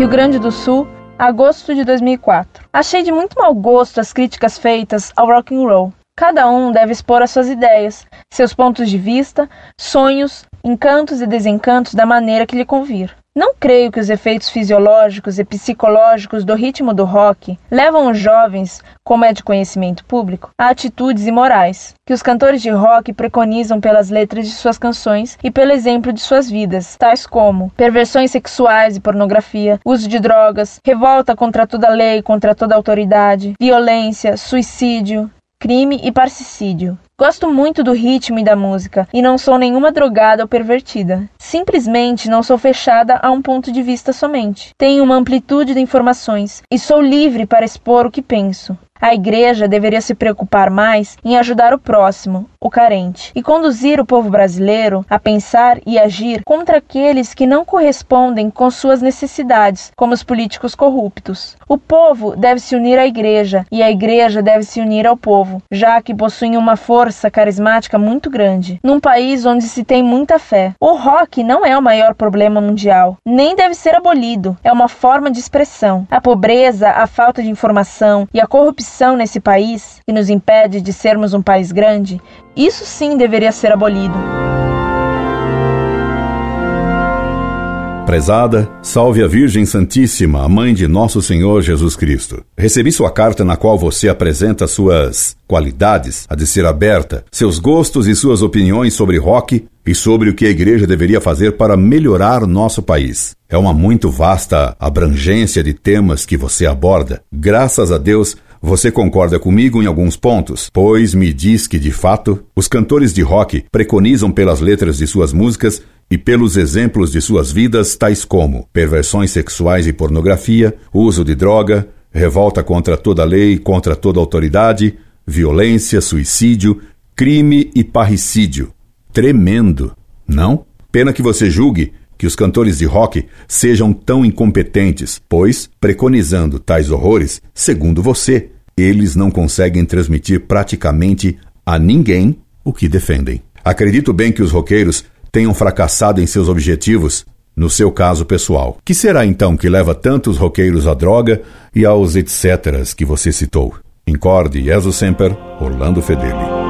Rio Grande do Sul, agosto de 2004. Achei de muito mau gosto as críticas feitas ao rock and roll. Cada um deve expor as suas ideias, seus pontos de vista, sonhos, encantos e desencantos da maneira que lhe convir. Não creio que os efeitos fisiológicos e psicológicos do ritmo do rock levam os jovens, como é de conhecimento público, a atitudes imorais, que os cantores de rock preconizam pelas letras de suas canções e pelo exemplo de suas vidas, tais como perversões sexuais e pornografia, uso de drogas, revolta contra toda lei e contra toda autoridade, violência, suicídio, crime e parricídio. Gosto muito do ritmo e da música, e não sou nenhuma drogada ou pervertida. Simplesmente não sou fechada a um ponto de vista somente. Tenho uma amplitude de informações, e sou livre para expor o que penso. A igreja deveria se preocupar mais em ajudar o próximo, o carente, e conduzir o povo brasileiro a pensar e agir contra aqueles que não correspondem com suas necessidades, como os políticos corruptos. O povo deve se unir à igreja, e a igreja deve se unir ao povo, já que possuem uma força carismática muito grande, num país onde se tem muita fé. O rock não é o maior problema mundial, nem deve ser abolido, é uma forma de expressão. A pobreza, a falta de informação e a corrupção nesse país, que nos impede de sermos um país grande, isso sim deveria ser abolido. Prezada, salve a Virgem Santíssima, a Mãe de Nosso Senhor Jesus Cristo. Recebi sua carta na qual você apresenta suas qualidades, a de ser aberta, seus gostos e suas opiniões sobre rock e sobre o que a igreja deveria fazer para melhorar nosso país. É uma muito vasta abrangência de temas que você aborda. Graças a Deus, você concorda comigo em alguns pontos, pois me diz que, de fato, os cantores de rock preconizam pelas letras de suas músicas e pelos exemplos de suas vidas, tais como perversões sexuais e pornografia, uso de droga, revolta contra toda lei, contra toda autoridade, violência, suicídio, crime e parricídio. Tremendo, não? Pena que você julgue que os cantores de rock sejam tão incompetentes, pois, preconizando tais horrores, segundo você, eles não conseguem transmitir praticamente a ninguém o que defendem. Acredito bem que os roqueiros tenham fracassado em seus objetivos, no seu caso pessoal. Que será então que leva tantos roqueiros à droga e aos etc. que você citou? Incorde Jesus Semper, Orlando Fedeli.